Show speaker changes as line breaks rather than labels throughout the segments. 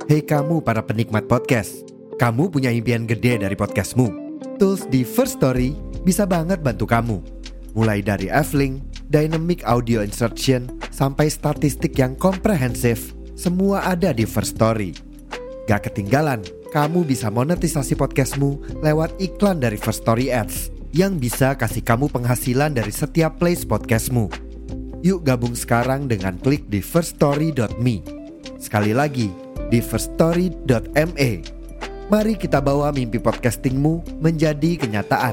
Hei kamu para penikmat podcast, kamu punya impian gede dari podcastmu. Tools di First Story bisa banget bantu kamu. Mulai dari F-Link, Dynamic Audio Insertion, sampai statistik yang komprehensif, semua ada di First Story. Gak ketinggalan, kamu bisa monetisasi podcastmu lewat iklan dari First Story Ads yang bisa kasih kamu penghasilan dari setiap plays podcastmu. Yuk gabung sekarang dengan klik di firststory.me. Sekali lagi, di firststory.me. Mari kita bawa mimpi podcastingmu menjadi kenyataan.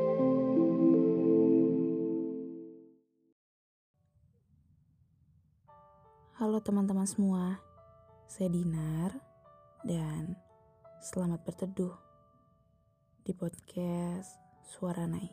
Halo teman-teman semua, saya Dinar dan selamat berteduh di podcast Suara Nai.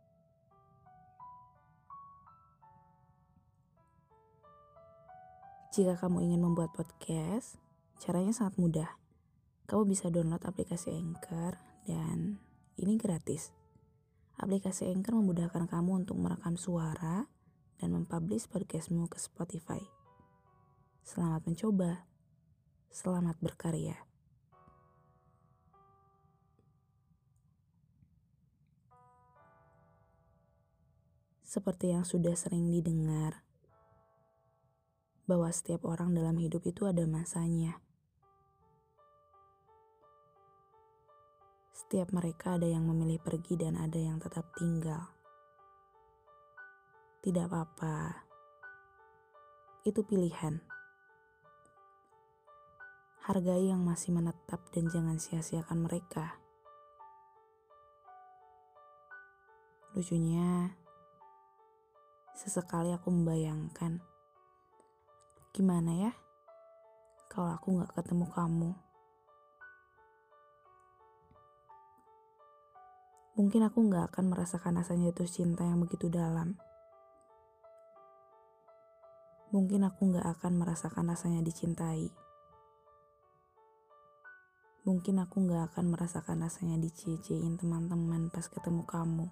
Jika kamu ingin membuat podcast, caranya sangat mudah. Kamu bisa download aplikasi Anchor dan ini gratis. Aplikasi Anchor memudahkan kamu untuk merekam suara dan mempublish podcastmu ke Spotify. Selamat mencoba, selamat berkarya. Seperti yang sudah sering didengar, bahwa setiap orang dalam hidup itu ada masanya. Setiap mereka ada yang memilih pergi dan ada yang tetap tinggal. Tidak apa-apa, itu pilihan. Hargai yang masih menetap dan jangan sia-siakan mereka. Lucunya, sesekali aku membayangkan, gimana ya kalau aku gak ketemu kamu? Mungkin aku gak akan merasakan rasanya jatuh cinta yang begitu dalam. Mungkin aku gak akan merasakan rasanya dicintai. Mungkin aku gak akan merasakan rasanya dicie-ciein teman-teman pas ketemu kamu.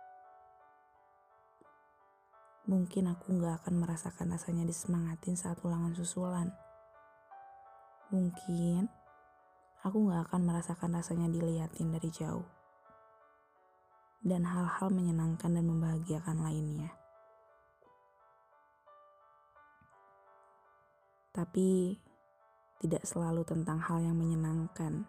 Mungkin aku gak akan merasakan rasanya disemangatin saat ulangan susulan. Mungkin aku gak akan merasakan rasanya diliatin dari jauh. Dan hal-hal menyenangkan dan membahagiakan lainnya. Tapi tidak selalu tentang hal yang menyenangkan.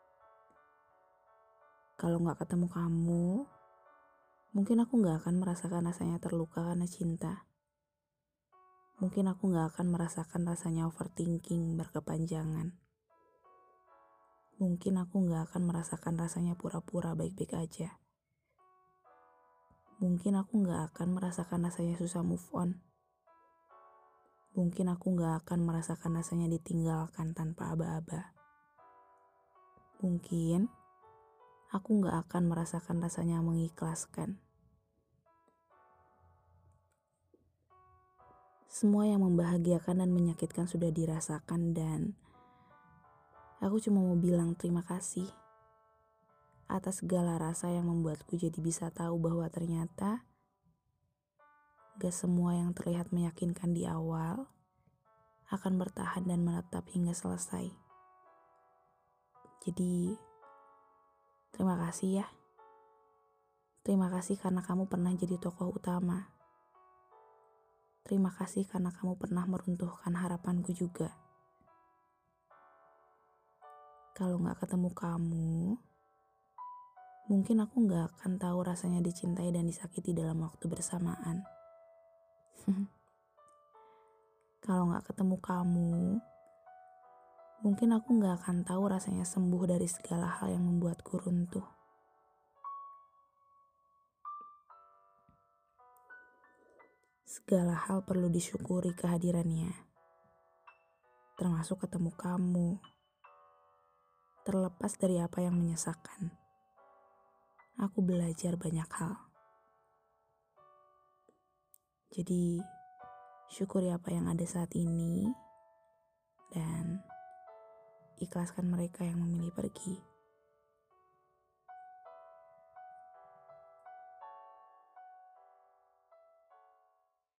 Kalau gak ketemu kamu, mungkin aku gak akan merasakan rasanya terluka karena cinta. Mungkin aku gak akan merasakan rasanya overthinking berkepanjangan. Mungkin aku gak akan merasakan rasanya pura-pura baik-baik aja. Mungkin aku gak akan merasakan rasanya susah move on. Mungkin aku gak akan merasakan rasanya ditinggalkan tanpa aba-aba. Mungkin aku gak akan merasakan rasanya mengikhlaskan. Semua yang membahagiakan dan menyakitkan sudah dirasakan dan aku cuma mau bilang terima kasih atas segala rasa yang membuatku jadi bisa tahu bahwa ternyata gak semua yang terlihat meyakinkan di awal akan bertahan dan menetap hingga selesai. Jadi, terima kasih ya. Terima kasih karena kamu pernah jadi tokoh utama. Terima kasih karena kamu pernah meruntuhkan harapanku juga. Kalau gak ketemu kamu, mungkin aku gak akan tahu rasanya dicintai dan disakiti dalam waktu bersamaan. Kalau gak ketemu kamu, mungkin aku gak akan tahu rasanya sembuh dari segala hal yang membuatku runtuh. Segala hal perlu disyukuri kehadirannya, termasuk ketemu kamu. Terlepas dari apa yang menyesakan, aku belajar banyak hal. Jadi, syukuri apa yang ada saat ini dan ikhlaskan mereka yang memilih pergi.